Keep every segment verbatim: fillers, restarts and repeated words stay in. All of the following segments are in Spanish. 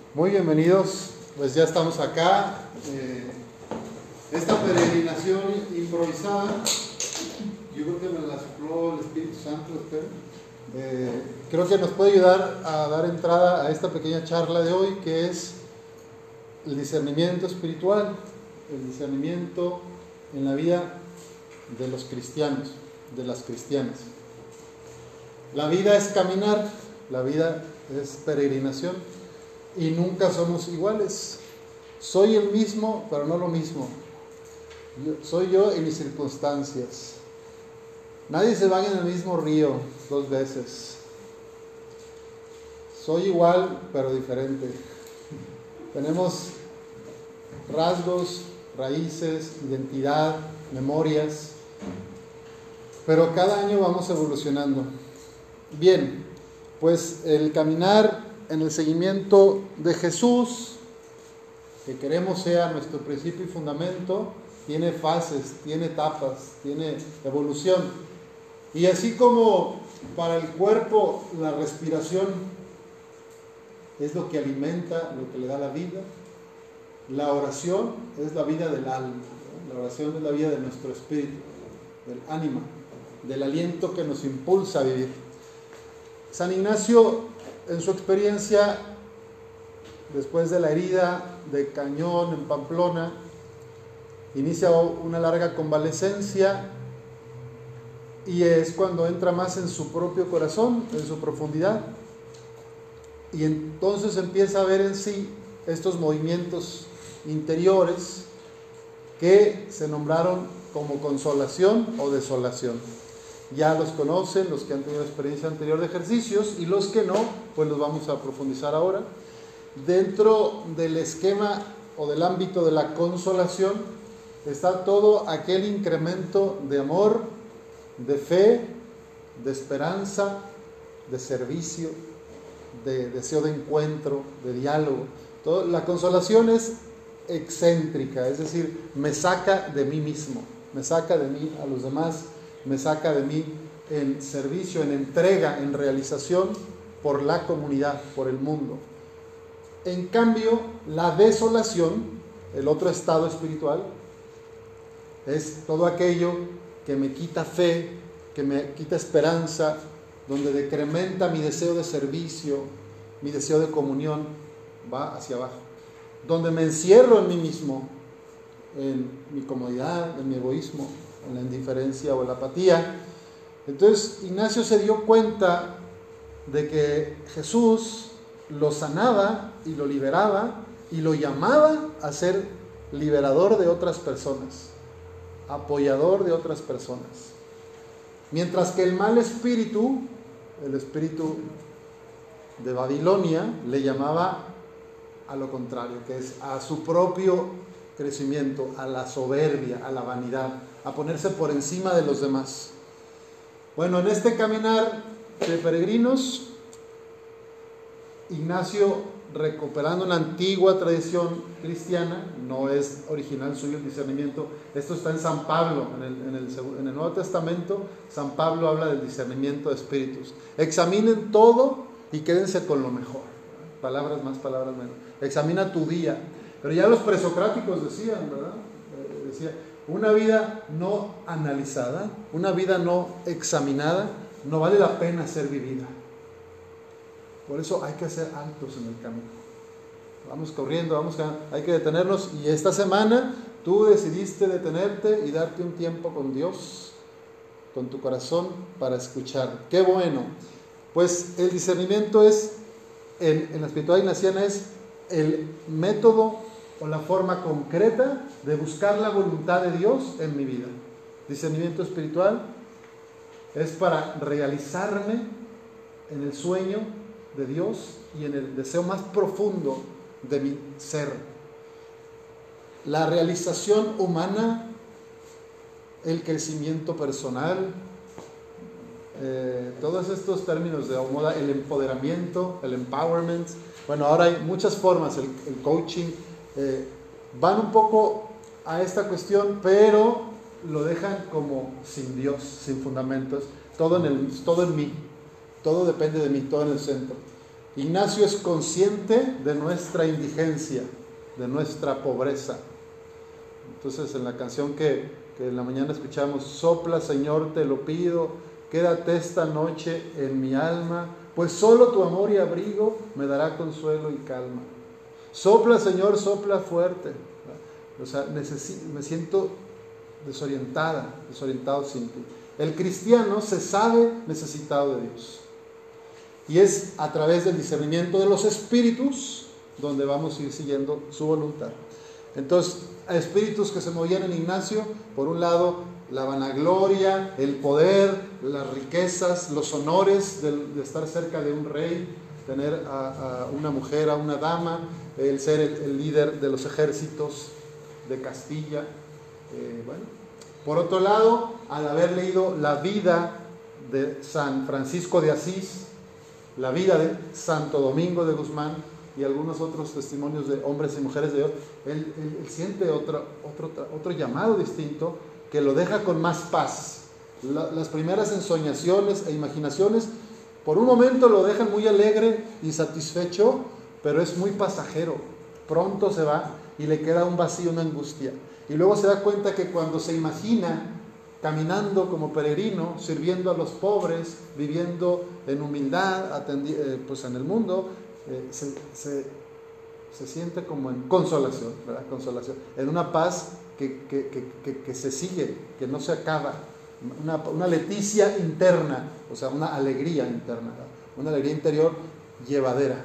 Muy bienvenidos, pues ya estamos acá. Eh, esta peregrinación improvisada, yo creo que me la sopló el Espíritu Santo, espero. Eh, creo que nos puede ayudar a dar entrada a esta pequeña charla de hoy, que es el discernimiento espiritual, el discernimiento en la vida de los cristianos, de las cristianas. La vida es caminar, la vida es peregrinación y nunca somos iguales. Soy el mismo, pero no lo mismo. Yo, soy yo y mis circunstancias. Nadie se baña en el mismo río dos veces. Soy igual, pero diferente. Tenemos rasgos, raíces, identidad, memorias, pero cada año vamos evolucionando. Bien, pues el caminar en el seguimiento de Jesús, que queremos sea nuestro principio y fundamento, tiene fases, tiene etapas, tiene evolución. Y así como para el cuerpo la respiración es lo que alimenta, lo que le da la vida, la oración es la vida del alma, ¿no? La oración es la vida de nuestro espíritu, del ánima, del aliento que nos impulsa a vivir. San Ignacio, en su experiencia, después de la herida de cañón en Pamplona, inicia una larga convalecencia y es cuando entra más en su propio corazón, en su profundidad, y entonces empieza a ver en sí estos movimientos interiores que se nombraron como consolación o desolación. Ya los conocen los que han tenido experiencia anterior de ejercicios, y los que no, pues los vamos a profundizar ahora. Dentro del esquema o del ámbito de la consolación está todo aquel incremento de amor, de fe, de esperanza, de servicio, de deseo de encuentro, de diálogo. Todo, la consolación es excéntrica, es decir, me saca de mí mismo, me saca de mí a los demás, me saca de mí en servicio, en entrega, en realización por la comunidad, por el mundo. En cambio, la desolación, el otro estado espiritual, es todo aquello que me quita fe, que me quita esperanza, donde decrementa mi deseo de servicio, mi deseo de comunión, va hacia abajo. Donde me encierro en mí mismo, en mi comodidad, en mi egoísmo, en la indiferencia o la apatía. Entonces Ignacio se dio cuenta de que Jesús lo sanaba y lo liberaba y lo llamaba a ser liberador de otras personas, apoyador de otras personas. Mientras que el mal espíritu, el espíritu de Babilonia, le llamaba a lo contrario, que es a su propio crecimiento, a la soberbia, a la vanidad, a ponerse por encima de los demás. Bueno, en este caminar de peregrinos, Ignacio, recuperando una antigua tradición cristiana, no es original suyo el discernimiento, esto está en San Pablo, en el, en el, en el Nuevo Testamento, San Pablo habla del discernimiento de espíritus. Examinen todo y quédense con lo mejor. Palabras más, palabras menos. Examina tu día. Pero ya los presocráticos decían, ¿verdad? Eh, decía, una vida no analizada, una vida no examinada, no vale la pena ser vivida. Por eso hay que hacer altos en el camino. Vamos corriendo, vamos a, hay que detenernos. Y esta semana tú decidiste detenerte y darte un tiempo con Dios, con tu corazón, para escuchar. ¡Qué bueno! Pues el discernimiento es, en, en la espiritualidad ignaciana, es el método o la forma concreta de buscar la voluntad de Dios en mi vida. Discernimiento espiritual es para realizarme en el sueño de Dios y en el deseo más profundo de mi ser. La realización humana, el crecimiento personal, eh, todos estos términos de moda, el empoderamiento, el empowerment. Bueno, ahora hay muchas formas, el, el coaching, eh, van un poco a esta cuestión, pero lo dejan como sin Dios, sin fundamentos, todo en, el, todo en mí, todo depende de mí, todo en el centro. Ignacio es consciente de nuestra indigencia, de nuestra pobreza. Entonces en la canción que, que en la mañana escuchamos, sopla Señor te lo pido, quédate esta noche en mi alma, pues solo tu amor y abrigo me dará consuelo y calma. Sopla Señor, sopla fuerte. O sea, necesito, me siento desorientada, desorientado sin ti. El cristiano se sabe necesitado de Dios. Y es a través del discernimiento de los espíritus donde vamos a ir siguiendo su voluntad. Entonces, a espíritus que se movían en Ignacio, por un lado, la vanagloria, el poder, las riquezas, los honores de, de estar cerca de un rey, tener a, a una mujer, a una dama, el ser el, el líder de los ejércitos de Castilla. Eh, bueno. Por otro lado, al haber leído la vida de San Francisco de Asís, la vida de Santo Domingo de Guzmán y algunos otros testimonios de hombres y mujeres de Dios, él, él, él siente otro, otro, otro llamado distinto que lo deja con más paz. La, las primeras ensoñaciones e imaginaciones por un momento lo dejan muy alegre y satisfecho, pero es muy pasajero, pronto se va y le queda un vacío, una angustia. Y luego se da cuenta que cuando se imagina caminando como peregrino, sirviendo a los pobres, viviendo en humildad, atendi- eh, pues en el mundo, eh, se, se, se siente como en consolación, ¿verdad? Consolación, en una paz que, que, que, que, que se sigue, que no se acaba, una, una leticia interna, o sea, una alegría interna, ¿verdad? Una alegría interior llevadera.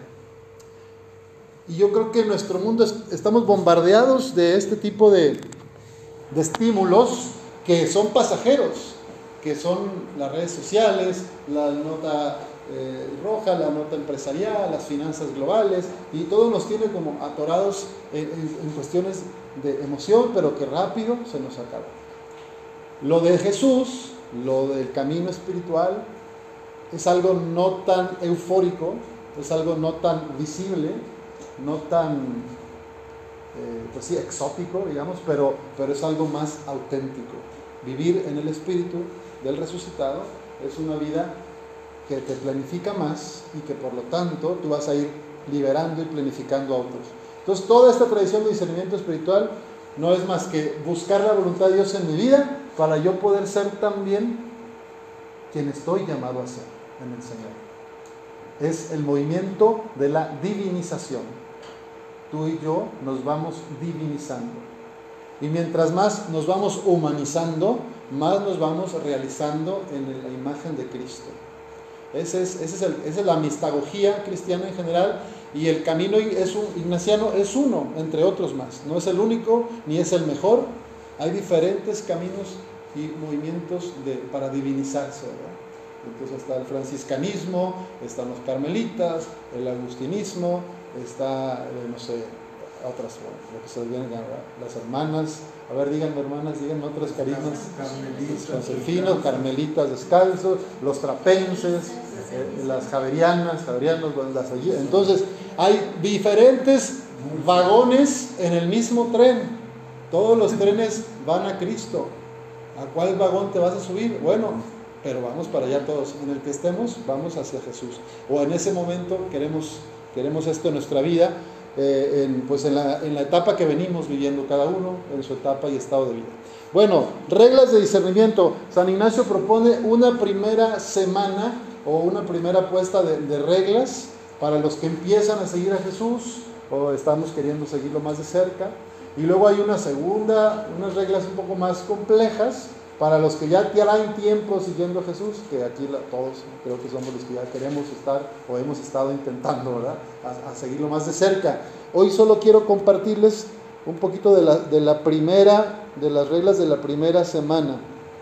Y yo creo que en nuestro mundo es, estamos bombardeados de este tipo de, de estímulos que son pasajeros, que son las redes sociales, la nota eh, roja, la nota empresarial, las finanzas globales, y todo nos tiene como atorados en, en, en cuestiones de emoción, pero que rápido se nos acaba. Lo de Jesús, lo del camino espiritual, es algo no tan eufórico, es algo no tan visible, no tan, eh, pues sí, exótico, digamos, pero, pero es algo más auténtico. Vivir en el espíritu del resucitado es una vida que te planifica más y que por lo tanto tú vas a ir liberando y planificando a otros. Entonces toda esta tradición de discernimiento espiritual no es más que buscar la voluntad de Dios en mi vida para yo poder ser también quien estoy llamado a ser en el Señor. Es el movimiento de la divinización. Tú y yo nos vamos divinizando. Y mientras más nos vamos humanizando, más nos vamos realizando en la imagen de Cristo. Ese es, ese es el, esa es la mistagogía cristiana en general, y el camino es un, ignaciano es uno, entre otros más. No es el único, ni es el mejor. Hay diferentes caminos y movimientos de, para divinizarse, ¿verdad? Entonces está el franciscanismo, están los carmelitas, el agustinismo, está, eh, no sé, otras, bueno, lo que se vienen, las hermanas, a ver, díganme hermanas, díganme otros carismas, los josefinos, carmelitas descalzos, los trapenses, eh, las javerianas, javerianos, bueno, las allí. Entonces, hay diferentes vagones en el mismo tren, todos los trenes van a Cristo. ¿A cuál vagón te vas a subir? Bueno, pero vamos para allá todos, en el que estemos, vamos hacia Jesús. O en ese momento queremos, queremos esto en nuestra vida, eh, en, pues en la, en la etapa que venimos viviendo cada uno, en su etapa y estado de vida. Bueno, reglas de discernimiento. San Ignacio propone una primera semana o una primera puesta de, de reglas para los que empiezan a seguir a Jesús o estamos queriendo seguirlo más de cerca. Y luego hay una segunda, unas reglas un poco más complejas para los que ya traen tiempo siguiendo a Jesús, que aquí la, todos creo que somos los que ya queremos estar o hemos estado intentando, ¿verdad?, a, a seguirlo más de cerca. Hoy solo quiero compartirles un poquito de la, de la primera, de las reglas de la primera semana.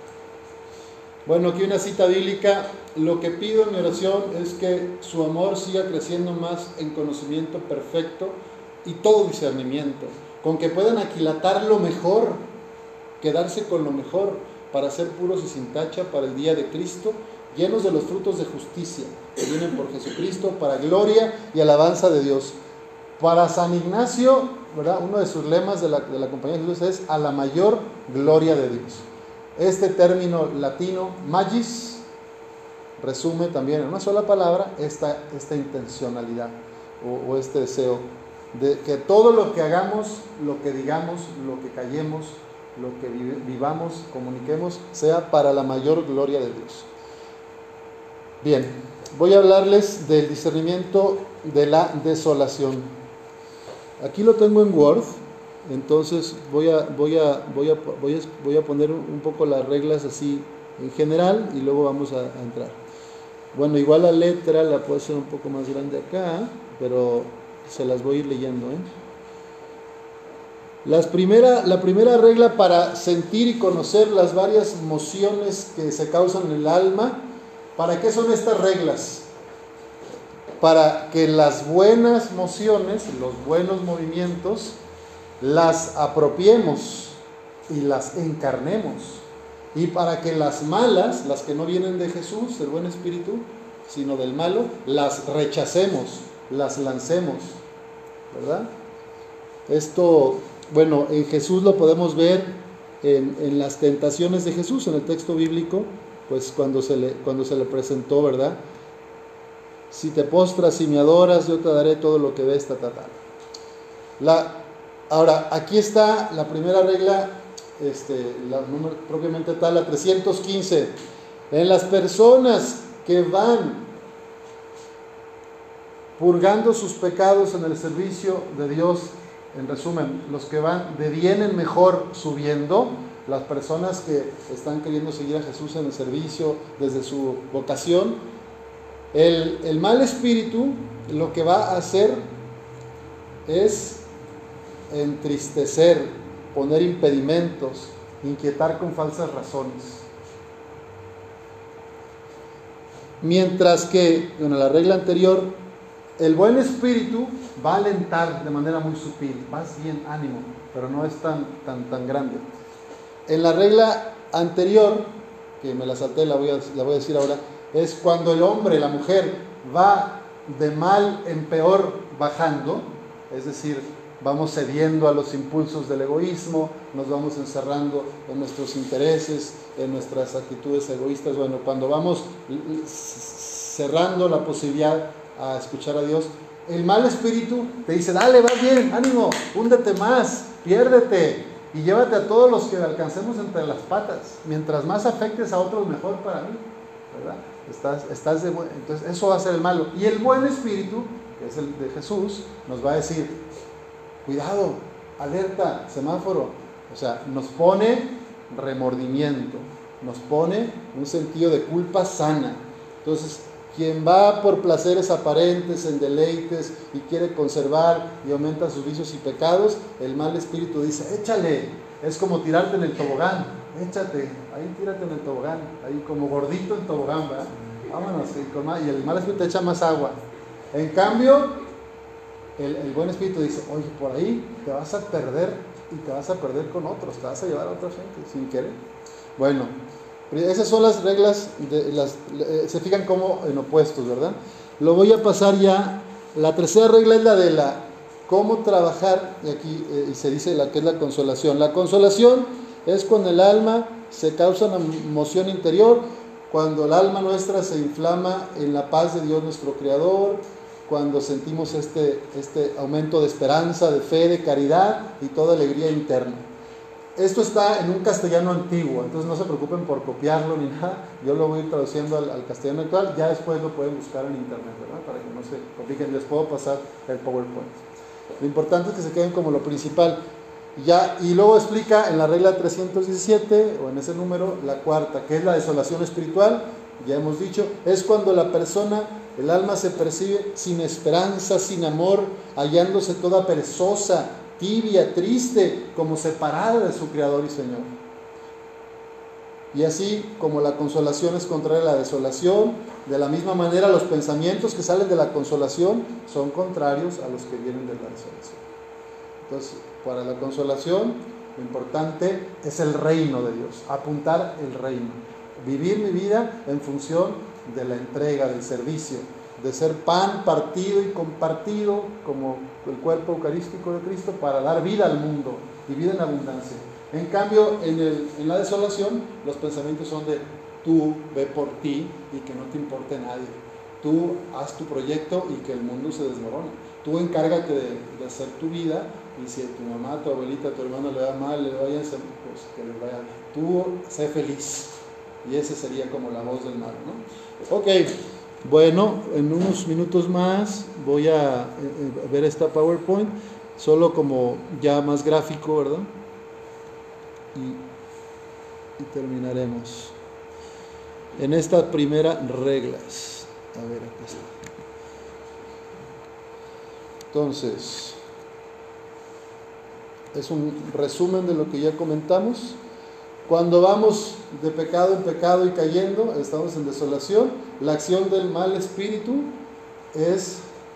Bueno, aquí una cita bíblica: lo que pido en mi oración es que su amor siga creciendo más en conocimiento perfecto y todo discernimiento, con que puedan aquilatar lo mejor, quedarse con lo mejor, para ser puros y sin tacha para el día de Cristo, llenos de los frutos de justicia que vienen por Jesucristo, para gloria y alabanza de Dios. Para San Ignacio, ¿verdad?, uno de sus lemas de la, de la Compañía de Jesús es: a la mayor gloria de Dios. Este término latino, magis, resume también en una sola palabra esta, esta intencionalidad o, o este deseo de que todo lo que hagamos, lo que digamos, lo que callemos, lo que vivamos, comuniquemos, sea para la mayor gloria de Dios. Bien, voy a hablarles del discernimiento de la desolación. Aquí lo tengo en Word, entonces voy a, voy a, voy a, voy a, voy a poner un poco las reglas así en general y luego vamos a, a entrar. Bueno, igual la letra la puedo hacer un poco más grande acá, pero se las voy a ir leyendo, ¿eh? Las primera, la primera regla para sentir y conocer las varias emociones que se causan en el alma. ¿Para qué son estas reglas? Para que las buenas emociones, los buenos movimientos, las apropiemos y las encarnemos. Y para que las malas, las que no vienen de Jesús, del buen espíritu, sino del malo, las rechacemos, las lancemos, ¿verdad? Esto, bueno, en Jesús lo podemos ver en, en las tentaciones de Jesús, en el texto bíblico, pues cuando se le, cuando se le presentó, ¿verdad? Si te postras y me adoras, yo te daré todo lo que ves, ta, ta, ta. La, ahora, aquí está la primera regla, este, la número, propiamente tal, la trescientos quince. En las personas que van purgando sus pecados en el servicio de Dios, en resumen, los que van de bien en mejor subiendo, las personas que están queriendo seguir a Jesús en el servicio desde su vocación, el, el mal espíritu lo que va a hacer es entristecer, poner impedimentos, inquietar con falsas razones. Mientras que, en la regla anterior, el buen espíritu va a alentar de manera muy sutil, vas bien, ánimo, pero no es tan, tan, tan grande. En la regla anterior, que me la salté, la voy a, la voy a decir ahora, es cuando el hombre, la mujer, va de mal en peor bajando, es decir, vamos cediendo a los impulsos del egoísmo, nos vamos encerrando en nuestros intereses, en nuestras actitudes egoístas. Bueno, cuando vamos cerrando la posibilidad a escuchar a Dios, el mal espíritu te dice, dale, vas bien, ánimo, húndete más, piérdete y llévate a todos los que alcancemos entre las patas. Mientras más afectes a otros, mejor para mí, ¿verdad? Estás, estás de buen... Entonces eso va a ser el malo. Y el buen espíritu, que es el de Jesús, nos va a decir, cuidado, alerta, semáforo. O sea, nos pone remordimiento, nos pone un sentido de culpa sana. Entonces, quien va por placeres aparentes, en deleites, y quiere conservar y aumenta sus vicios y pecados, el mal espíritu dice, échale, es como tirarte en el tobogán, échate, ahí tírate en el tobogán, ahí como gordito en tobogán, ¿verdad? Vámonos, y el mal espíritu te echa más agua. En cambio, el, el buen espíritu dice, oye, por ahí te vas a perder, y te vas a perder con otros, te vas a llevar a otra gente, sin querer. Bueno, esas son las reglas, de las, se fijan como en opuestos, ¿verdad? Lo voy a pasar ya. La tercera regla es la de la cómo trabajar, y aquí eh, y se dice la que es la consolación. La consolación es cuando el alma se causa una emoción interior, cuando el alma nuestra se inflama en la paz de Dios nuestro Creador, cuando sentimos este, este aumento de esperanza, de fe, de caridad y toda alegría interna. Esto está en un castellano antiguo, entonces no se preocupen por copiarlo ni nada. Yo lo voy a ir traduciendo al, al castellano actual, ya después lo pueden buscar en internet, ¿verdad? Para que no se compliquen, les puedo pasar el PowerPoint. Lo importante es que se queden como lo principal. Ya, y luego explica en la regla trescientos diecisiete, o en ese número, la cuarta, que es la desolación espiritual. Ya hemos dicho, es cuando la persona, el alma se percibe sin esperanza, sin amor, hallándose toda perezosa, tibia, triste, como separada de su Creador y Señor. Y así como la consolación es contraria a la desolación, de la misma manera los pensamientos que salen de la consolación son contrarios a los que vienen de la desolación. Entonces, para la consolación, lo importante es el reino de Dios, apuntar el reino, vivir mi vida en función de la entrega, del servicio, de ser pan partido y compartido como el cuerpo eucarístico de Cristo para dar vida al mundo y vida en abundancia. En cambio, en, el, en la desolación, los pensamientos son de tú ve por ti y que no te importe nadie. Tú haz tu proyecto y que el mundo se desmorone. Tú encárgate de, de hacer tu vida, y si a tu mamá, tu abuelita, tu hermano le va mal, le vaya, pues que le vaya bien. Tú sé feliz. Y esa sería como la voz del mal, ¿no? Ok, bueno, en unos minutos más voy a, a ver esta PowerPoint, solo como ya más gráfico, ¿verdad? Y, y terminaremos en estas primeras reglas. A ver, aquí está. Entonces, es un resumen de lo que ya comentamos. Cuando vamos de pecado en pecado y cayendo, estamos en desolación. La acción del mal espíritu es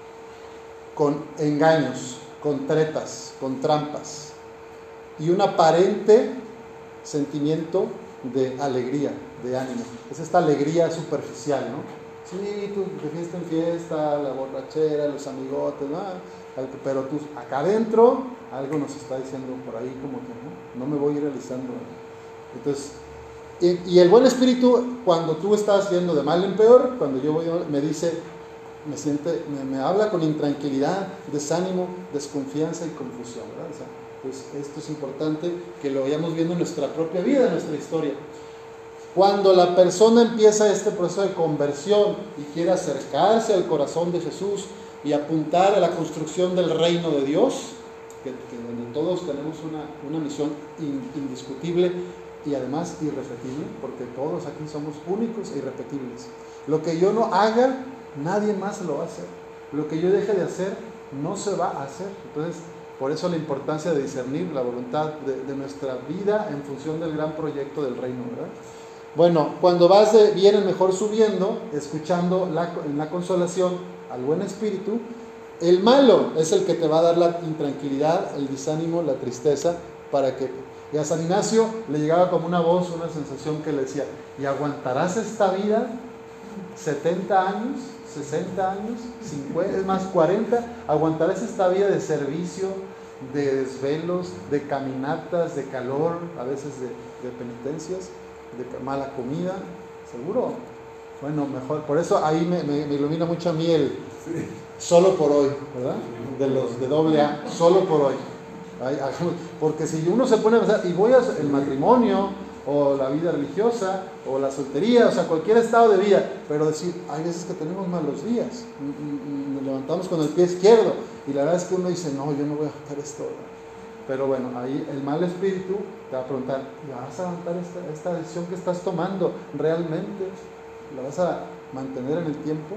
con engaños, con tretas, con trampas y un aparente sentimiento de alegría, de ánimo. Es esta alegría superficial, ¿no? Sí, tú de fiesta en fiesta, la borrachera, los amigotes, ¿no? Pero tú acá adentro algo nos está diciendo por ahí como que no, no me voy realizando. Entonces, y, y el buen espíritu, cuando tú estás yendo de mal en peor, cuando yo voy, me dice, me siente, me, me habla con intranquilidad, desánimo, desconfianza y confusión, ¿verdad? O sea, pues esto es importante que lo vayamos viendo en nuestra propia vida, en nuestra historia. Cuando la persona empieza este proceso de conversión y quiere acercarse al corazón de Jesús y apuntar a la construcción del reino de Dios, que, que donde todos tenemos una, una misión indiscutible y además irrepetible, porque todos aquí somos únicos e irrepetibles. Lo que yo no haga, nadie más lo va a hacer. Lo que yo deje de hacer, no se va a hacer. Entonces, por eso la importancia de discernir la voluntad de, de nuestra vida en función del gran proyecto del reino, ¿verdad? Bueno, cuando vas de bien en mejor subiendo, escuchando la, en la consolación al buen espíritu, el malo es el que te va a dar la intranquilidad, el desánimo, la tristeza, para que... Y a San Ignacio le llegaba como una voz, una sensación que le decía, ¿y aguantarás esta vida? ¿setenta años? ¿sesenta años? ¿cincuenta? Es más, ¿cuarenta? ¿Aguantarás esta vida de servicio, de desvelos, de caminatas, de calor, a veces de, de penitencias, de mala comida? ¿Seguro? Bueno, mejor. Por eso ahí me, me, me ilumina mucho a mí el sí. Solo por hoy, ¿verdad? De los de doble A, solo por hoy. Porque si uno se pone a pensar, y voy a el matrimonio, o la vida religiosa, o la soltería, o sea, cualquier estado de vida, pero decir, hay veces que tenemos malos días, nos levantamos con el pie izquierdo, y la verdad es que uno dice, no, yo no voy a aguantar esto, ¿verdad? Pero bueno, ahí el mal espíritu te va a preguntar, ¿vas a aguantar esta, esta decisión que estás tomando realmente? ¿La vas a mantener en el tiempo?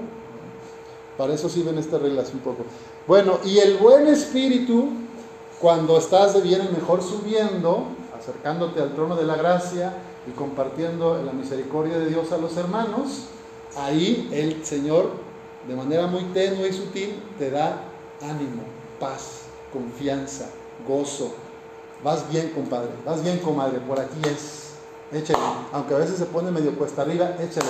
Para eso sirven estas reglas un poco. Bueno, y el buen espíritu, cuando estás de bien en mejor subiendo, acercándote al trono de la gracia y compartiendo la misericordia de Dios a los hermanos, ahí el Señor, de manera muy tenue y sutil, te da ánimo, paz, confianza, gozo. Vas bien, compadre, vas bien, comadre, por aquí es, échale, aunque a veces se pone medio cuesta arriba, échale.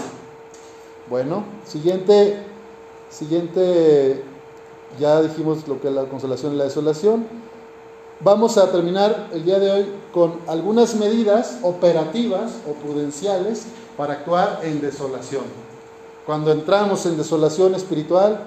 Bueno, siguiente, siguiente, ya dijimos lo que es la consolación y la desolación. Vamos a terminar el día de hoy con algunas medidas operativas o prudenciales para actuar en desolación. Cuando entramos en desolación espiritual,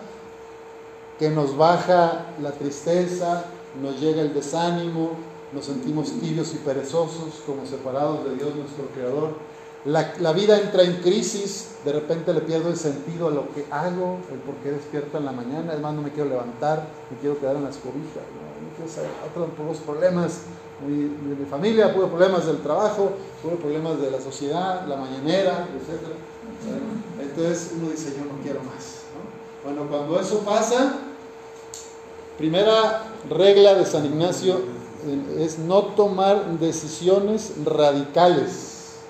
que nos baja la tristeza, nos llega el desánimo, nos sentimos tibios y perezosos, como separados de Dios nuestro Creador. La, la vida entra en crisis, de repente le pierdo el sentido a lo que hago, el por qué despierto en la mañana, es más, no me quiero levantar, me quiero quedar en las cobijas, ¿no? No quiero saber otros problemas de mi, de mi familia, puros problemas del trabajo, puros problemas de la sociedad, la mañanera, etcétera. Entonces uno dice, yo no quiero más, ¿no? Bueno, cuando eso pasa, primera regla de San Ignacio es no tomar decisiones radicales.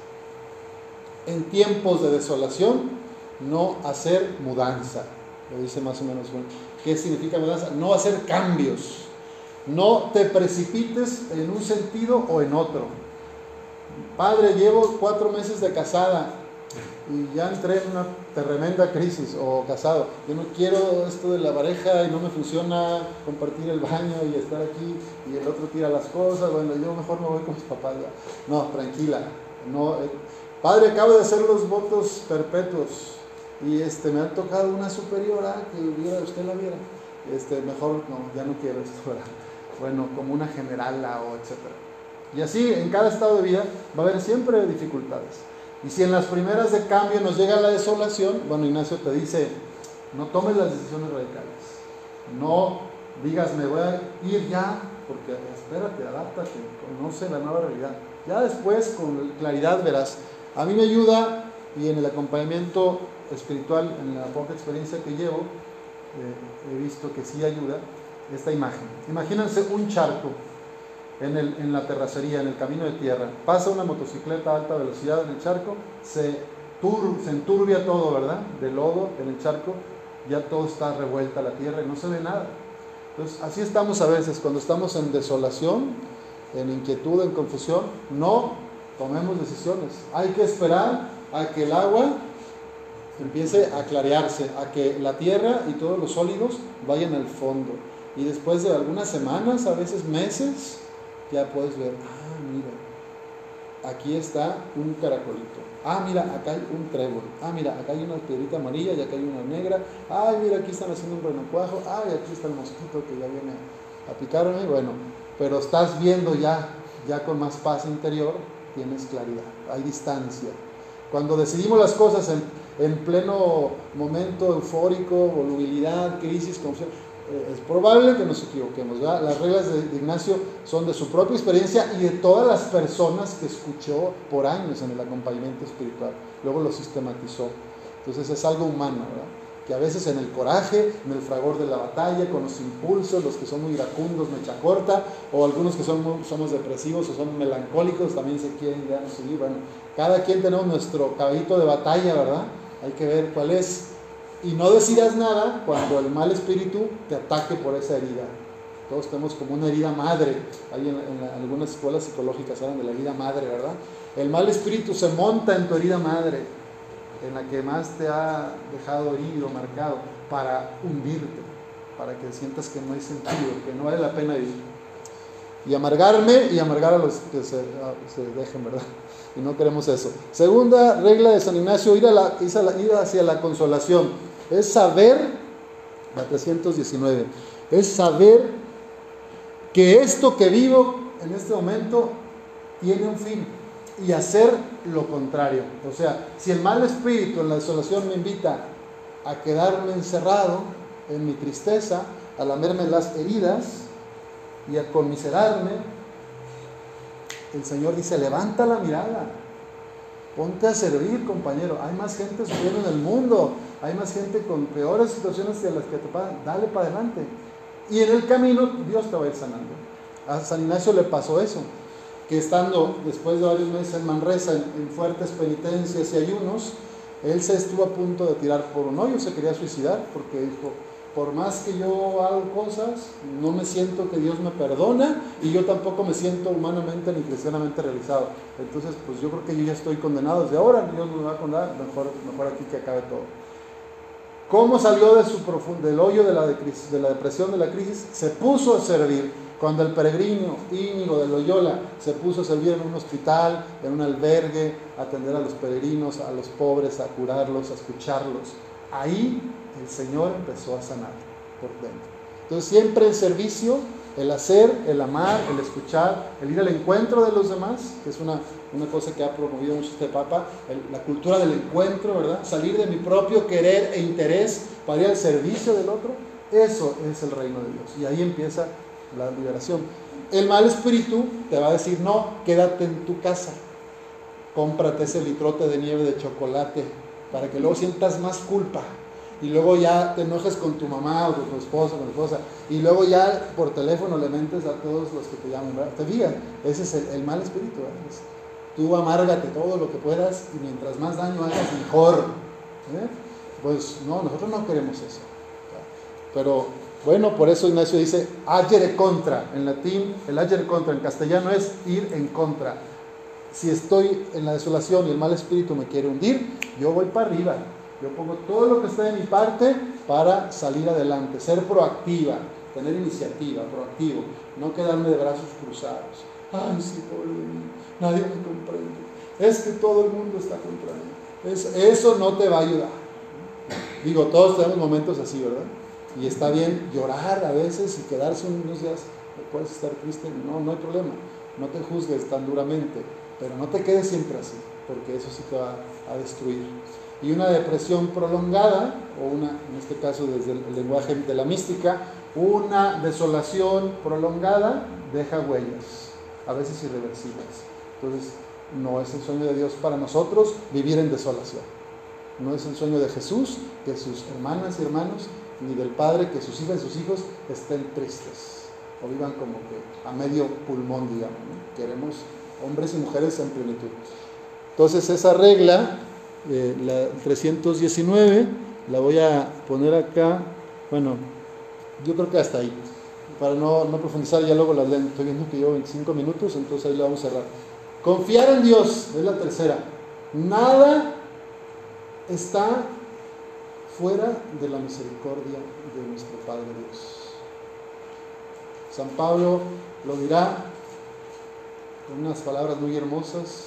En tiempos de desolación, no hacer mudanza. Lo dice más o menos. Bueno, ¿qué significa mudanza? No hacer cambios. No te precipites en un sentido o en otro. Padre, llevo cuatro meses de casada y ya entré en una tremenda crisis, o casado. Yo no quiero esto de la pareja y no me funciona compartir el baño y estar aquí y el otro tira las cosas. Bueno, yo mejor me voy con mis papás. No, tranquila. No... Eh, Padre, acabo de hacer los votos perpetuos y este, me ha tocado una superior, ah, que hubiera, usted la viera. Este, mejor no, ya no quiero esto, ¿verdad? Bueno, como una generala o etcétera. Y así, en cada estado de vida va a haber siempre dificultades. Y si en las primeras de cambio nos llega la desolación, bueno, Ignacio te dice, no tomes las decisiones radicales. No digas, me voy a ir ya, porque espérate, adáptate, conoce la nueva realidad. Ya después, con claridad, verás. A mí me ayuda, y en el acompañamiento espiritual, en la poca experiencia que llevo, eh, he visto que sí ayuda, esta imagen. Imagínense un charco en, el, en la terracería, en el camino de tierra. Pasa una motocicleta a alta velocidad en el charco, se, tur, se enturbia todo, ¿verdad? De lodo en el charco, ya todo está revuelta la tierra y no se ve nada. Entonces, así estamos a veces, cuando estamos en desolación, en inquietud, en confusión, no tomemos decisiones. Hay que esperar a que el agua empiece a clarearse, a que la tierra y todos los sólidos vayan al fondo. Y después de algunas semanas, a veces meses, ya puedes ver, ah, mira, aquí está un caracolito. Ah, mira, acá hay un trébol. Ah, mira, acá hay una piedrita amarilla y acá hay una negra. Ay, mira, aquí están haciendo un renacuajo. Ay, aquí está el mosquito que ya viene a picarme. Bueno, pero estás viendo ya, ya con más paz interior, tienes claridad, hay distancia. Cuando decidimos las cosas en, en pleno momento eufórico, volubilidad, crisis, confusión, es probable que nos equivoquemos, ¿verdad? Las reglas de, de Ignacio son de su propia experiencia y de todas las personas que escuchó por años en el acompañamiento espiritual. Luego lo sistematizó. Entonces es algo humano, ¿verdad? Que a veces en el coraje, en el fragor de la batalla, con los impulsos, los que son muy iracundos, mecha corta, o algunos que son, somos depresivos o son melancólicos, también se quieren ya subir. Bueno, cada quien tenemos nuestro caballito de batalla, ¿verdad? Hay que ver cuál es. Y no decidas nada cuando el mal espíritu te ataque por esa herida. Todos tenemos como una herida madre. Hay en, en, la, en algunas escuelas psicológicas hablan de la herida madre, ¿verdad? El mal espíritu se monta en tu herida madre, en la que más te ha dejado herido, marcado, para hundirte, para que sientas que no hay sentido, que no vale la pena vivir. Y amargarme y amargar a los que se, a, se dejen, ¿verdad? Y no queremos eso. Segunda regla de San Ignacio, ir, a la, ir hacia la consolación. Es saber, la trescientos diecinueve, es saber que esto que vivo en este momento tiene un fin y hacer lo contrario. O sea, si el mal espíritu en la desolación me invita a quedarme encerrado en mi tristeza, a lamerme las heridas y a conmiserarme, el Señor dice, levanta la mirada, ponte a servir, compañero. Hay más gente sufriendo en el mundo, hay más gente con peores situaciones que las que te pasan. Dale para adelante. Y en el camino Dios te va a ir sanando. A San Ignacio le pasó eso, que estando después de varios meses en Manresa, en, en fuertes penitencias y ayunos, él se estuvo a punto de tirar por un hoyo, se quería suicidar, porque dijo, por más que yo hago cosas, no me siento que Dios me perdona y yo tampoco me siento humanamente ni cristianamente realizado. Entonces, pues yo creo que yo ya estoy condenado desde ahora, Dios no me va a condenar, mejor, mejor aquí que acabe todo. ¿Cómo salió de su profundo, del hoyo de la, de, de la depresión, de la crisis? Se puso a servir. Cuando el peregrino Íñigo de Loyola se puso a servir en un hospital, en un albergue, a atender a los peregrinos, a los pobres, a curarlos, a escucharlos, ahí el Señor empezó a sanar por dentro. Entonces siempre el servicio, el hacer, el amar, el escuchar, el ir al encuentro de los demás, que es una, una cosa que ha promovido mucho este Papa, el, la cultura del encuentro, ¿verdad? Salir de mi propio querer e interés para ir al servicio del otro, eso es el reino de Dios. Y ahí empieza la liberación. El mal espíritu te va a decir, no, quédate en tu casa, cómprate ese litrote de nieve de chocolate para que luego sientas más culpa y luego ya te enojes con tu mamá o con tu esposo, con tu esposa, y luego ya por teléfono le mentes a todos los que te llaman, ¿verdad? Te fijas, ese es el, el mal espíritu, ¿verdad? Tú amárgate todo lo que puedas y mientras más daño hagas, mejor, ¿eh? Pues no, nosotros no queremos eso, ¿verdad? Pero bueno, por eso Ignacio dice agere contra, en latín el agere contra, en castellano es ir en contra. Si estoy en la desolación y el mal espíritu me quiere hundir, yo voy para arriba. Yo pongo todo lo que está de mi parte para salir adelante, ser proactiva, tener iniciativa, proactivo, no quedarme de brazos cruzados. Ay, sí, pobre de mí, nadie me comprende. es que todo el mundo está contra mí. Es, eso no te va a ayudar. Digo, todos tenemos momentos así, ¿verdad? Y está bien llorar a veces y quedarse unos días, puedes estar triste, no, no hay problema, no te juzgues tan duramente, pero no te quedes siempre así, porque eso sí te va a destruir. Y una depresión prolongada, o una, en este caso desde el, el lenguaje de la mística, una desolación prolongada deja huellas, a veces irreversibles. Entonces, no es el sueño de Dios para nosotros vivir en desolación. No es el sueño de Jesús que sus hermanas y hermanos, ni del Padre que sus hijas y sus hijos estén tristes o vivan como que a medio pulmón, digamos, ¿no? Queremos hombres y mujeres en plenitud. Entonces esa regla, eh, la trescientos diecinueve, la voy a poner acá. Bueno, yo creo que hasta ahí, para no, no profundizar, ya luego la leen. Estoy viendo que llevo veinticinco minutos, entonces ahí la vamos a cerrar. Confiar en Dios es la tercera. Nada está fuera de la misericordia de nuestro Padre Dios. San Pablo lo dirá con unas palabras muy hermosas.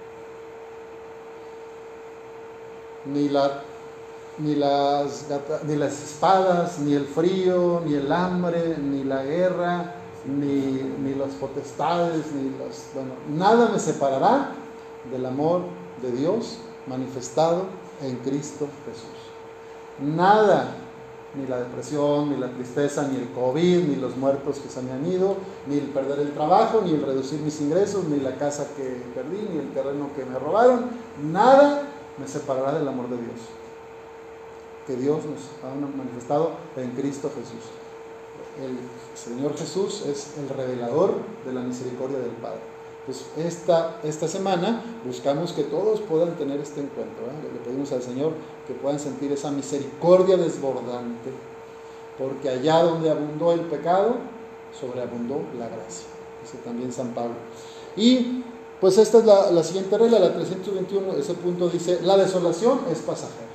Ni, la, ni, las, ni las espadas, ni el frío, ni el hambre, ni la guerra, ni, ni las potestades, ni los, bueno, nada me separará del amor de Dios manifestado en Cristo Jesús. Nada, ni la depresión, ni la tristeza, ni el COVID, ni los muertos que se me han ido, ni el perder el trabajo, ni el reducir mis ingresos, ni la casa que perdí, ni el terreno que me robaron, nada me separará del amor de Dios, que Dios nos ha manifestado en Cristo Jesús. El Señor Jesús es el revelador de la misericordia del Padre. Pues esta, esta semana buscamos que todos puedan tener este encuentro, ¿eh? Le pedimos al Señor que puedan sentir esa misericordia desbordante, porque allá donde abundó el pecado, sobreabundó la gracia, dice también San Pablo. Y pues esta es la, la siguiente regla, la trescientos veintiuno, ese punto dice: la desolación es pasajera.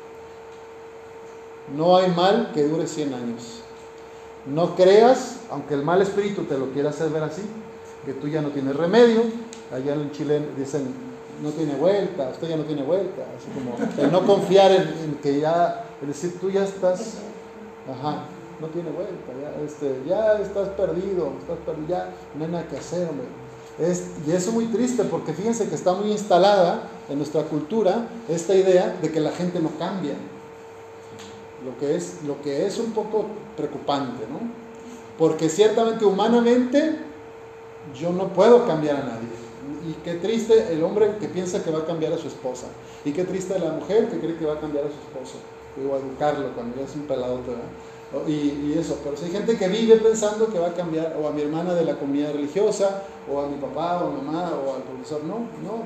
No hay mal que dure cien años. No creas, aunque el mal espíritu te lo quiera hacer ver así, que tú ya no tienes remedio. Allá en Chile dicen, no tiene vuelta, usted ya no tiene vuelta, así como el no confiar en, en que ya, es decir, tú ya estás, ajá, no tiene vuelta, ya, este, ya estás perdido, estás perdido, ya no hay nada que hacer, hombre. Es, y eso es muy triste, porque fíjense que está muy instalada en nuestra cultura esta idea de que la gente no cambia, lo que es, lo que es un poco preocupante, ¿no? Porque ciertamente humanamente yo no puedo cambiar a nadie. Y qué triste el hombre que piensa que va a cambiar a su esposa, y qué triste la mujer que cree que va a cambiar a su esposo, o a educarlo cuando ya es un peladote, ¿verdad? Y, y eso, pero si hay gente que vive pensando que va a cambiar, o a mi hermana de la comunidad religiosa, o a mi papá, o a mi mamá, o al profesor, no, no,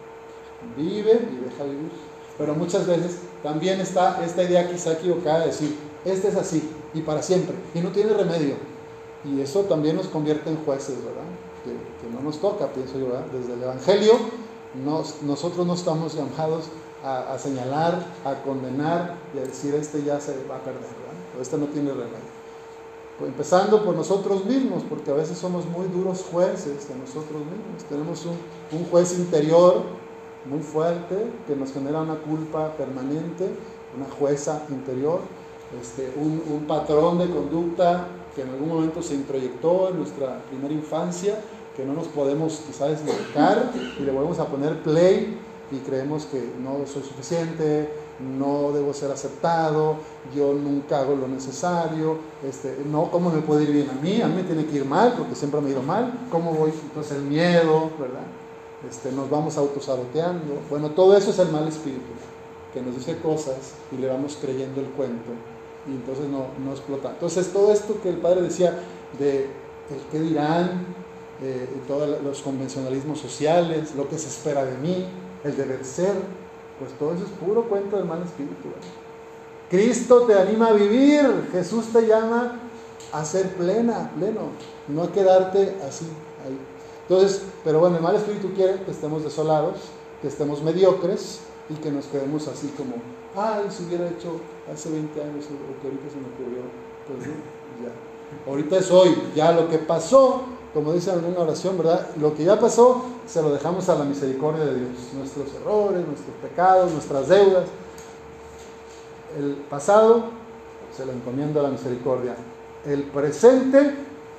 vive y deja vivir. Pero muchas veces también está esta idea quizá equivocada de decir, este es así, y para siempre, y no tiene remedio, y eso también nos convierte en jueces, ¿verdad? Que, que no nos toca, pienso yo, ¿verdad? Desde el Evangelio, nos, nosotros no estamos llamados a, a señalar, a condenar y a decir, este ya se va a perder, ¿verdad? O este no tiene remedio. Pues empezando por nosotros mismos, porque a veces somos muy duros jueces de nosotros mismos. Tenemos un, un juez interior muy fuerte que nos genera una culpa permanente, una jueza interior, este, un, un patrón de conducta que en algún momento se introyectó en nuestra primera infancia, que no nos podemos quizás desmarcar, y le volvemos a poner play y creemos que no soy suficiente, no debo ser aceptado, yo nunca hago lo necesario, este, no, ¿cómo me puede ir bien a mí? A mí me tiene que ir mal porque siempre me ha ido mal, ¿cómo voy? Entonces el miedo, ¿verdad? Este, nos vamos autosaboteando. Bueno, todo eso es el mal espíritu, que nos dice cosas y le vamos creyendo el cuento, y entonces no, no explota. Entonces todo esto que el padre decía de el qué dirán, eh, todos los convencionalismos sociales, lo que se espera de mí, el deber ser, pues todo eso es puro cuento del mal espíritu, ¿verdad? Cristo te anima a vivir, Jesús te llama a ser plena, pleno, no a quedarte así ahí. Entonces, pero bueno, el mal espíritu quiere que estemos desolados, que estemos mediocres y que nos quedemos así como, ay, si hubiera hecho hace veinte años o que ahorita se me ocurrió, pues ya, ahorita es hoy, ya lo que pasó, como dice en alguna oración, ¿verdad? Lo que ya pasó, se lo dejamos a la misericordia de Dios. Nuestros errores, nuestros pecados, nuestras deudas. El pasado, se lo encomienda a la misericordia. El presente,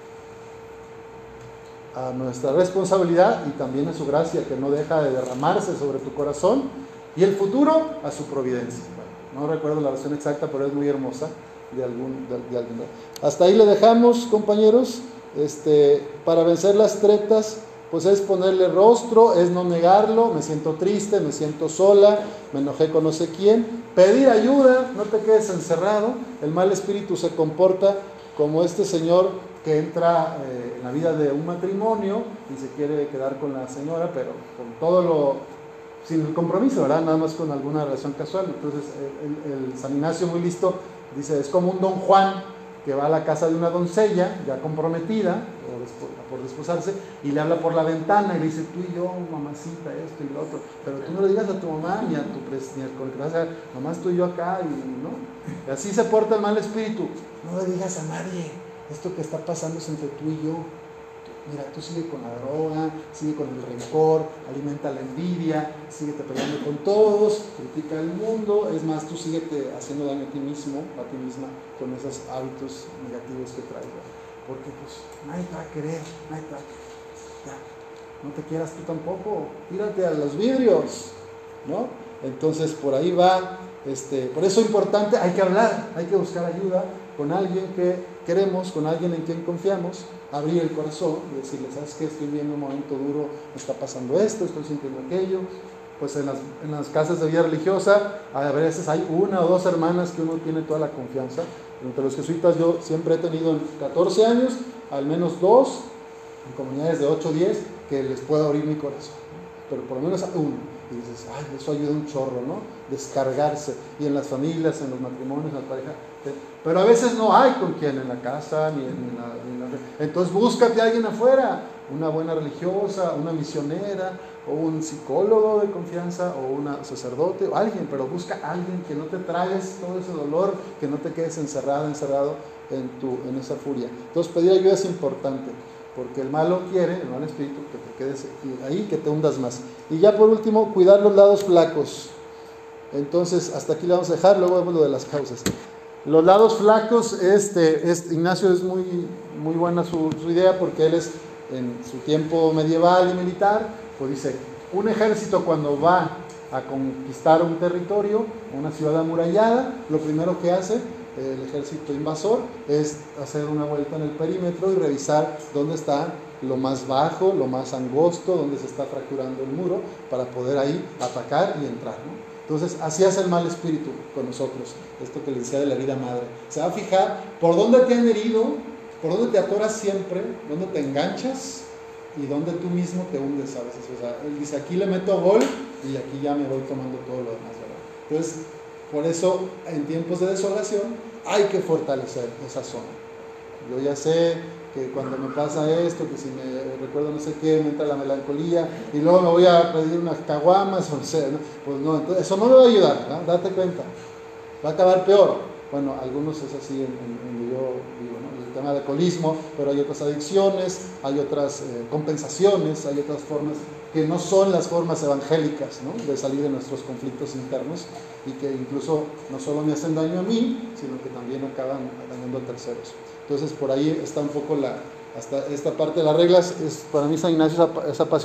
a nuestra responsabilidad y también a su gracia, que no deja de derramarse sobre tu corazón. Y el futuro, a su providencia. Bueno, no recuerdo la oración exacta, pero es muy hermosa de algún, de, de alguien. Hasta ahí le dejamos, compañeros. Este, para vencer las tretas, pues es ponerle rostro, es no negarlo. Me siento triste, me siento sola, me enojé con no sé quién. Pedir ayuda, no te quedes encerrado. El mal espíritu se comporta como este señor que entra eh, en la vida de un matrimonio y se quiere quedar con la señora, pero con todo lo, sin el compromiso, ¿verdad? Nada más con alguna relación casual. Entonces el, el, el San Ignacio, muy listo, dice, es como un don Juan que va a la casa de una doncella ya comprometida por desposarse y le habla por la ventana y le dice, tú y yo, mamacita, esto y lo otro, pero tú no le digas a tu mamá ni a tu presidente, nomás tú y yo acá, y no, y así se porta el mal espíritu. No le digas a nadie, esto que está pasando es entre tú y yo. Mira, tú sigue con la droga, sigue con el rencor, alimenta la envidia, síguete peleando con todos, critica el mundo, es más, tú síguete haciendo daño a ti mismo, a ti misma, con esos hábitos negativos que traes, porque pues nadie te va a querer, nadie te va a querer, ya, no te quieras tú tampoco, tírate a los vidrios, ¿no? Entonces por ahí va, este, por eso es importante, hay que hablar, hay que buscar ayuda con alguien que queremos, con alguien en quien confiamos, abrir el corazón y decirle, ¿sabes qué? Estoy viendo un momento duro, me está pasando esto, estoy sintiendo aquello. Pues en las, en las casas de vida religiosa, a veces hay una o dos hermanas que uno tiene toda la confianza. Entre los jesuitas yo siempre he tenido en catorce años, al menos dos, en comunidades de ocho o diez, que les puedo abrir mi corazón, ¿no? Pero por lo menos a uno. Y dices, ay, eso ayuda un chorro, ¿no? Descargarse. Y en las familias, en los matrimonios, en la pareja. Pero a veces no hay con quien en la casa, ni en, ni la, ni en la... Entonces búscate a alguien afuera, una buena religiosa, una misionera, o un psicólogo de confianza, o un sacerdote, o alguien, pero busca a alguien que no te tragues todo ese dolor, que no te quedes encerrado, encerrado en, tu, en esa furia. Entonces pedir ayuda es importante, porque el malo quiere, el mal espíritu, que te quedes ahí, que te hundas más. Y ya por último, cuidar los lados flacos. Entonces, hasta aquí le vamos a dejar, luego vemos lo de las causas. Los lados flacos, este, este Ignacio es muy, muy buena su, su idea, porque él es, en su tiempo medieval y militar, pues dice, un ejército cuando va a conquistar un territorio, una ciudad amurallada, lo primero que hace el ejército invasor es hacer una vuelta en el perímetro y revisar dónde está lo más bajo, lo más angosto, dónde se está fracturando el muro, para poder ahí atacar y entrar, ¿no? Entonces, así hace el mal espíritu con nosotros, esto que les decía de la herida madre. Se va a fijar por dónde te han herido, por dónde te atoras siempre, dónde te enganchas y dónde tú mismo te hundes a veces. O sea, él dice, aquí le meto gol y aquí ya me voy tomando todo lo demás, ¿verdad? Entonces, por eso, en tiempos de desolación, hay que fortalecer esa zona. Yo ya sé que cuando me pasa esto, que si me recuerdo no sé qué, me entra la melancolía, y luego me voy a pedir unas caguamas, o sea, ¿no? Pues no, entonces eso no me va a ayudar, ¿no? Date cuenta, va a acabar peor. Bueno, algunos es así en, en, en donde yo vivo, ¿no? El tema de alcoholismo, pero hay otras adicciones, hay otras eh, compensaciones, hay otras formas que no son las formas evangélicas, ¿no? De salir de nuestros conflictos internos, y que incluso no solo me hacen daño a mí, sino que también acaban dañando a terceros. Entonces por ahí está un poco la, hasta esta parte de las reglas. Es, para mí San Ignacio es apasionante.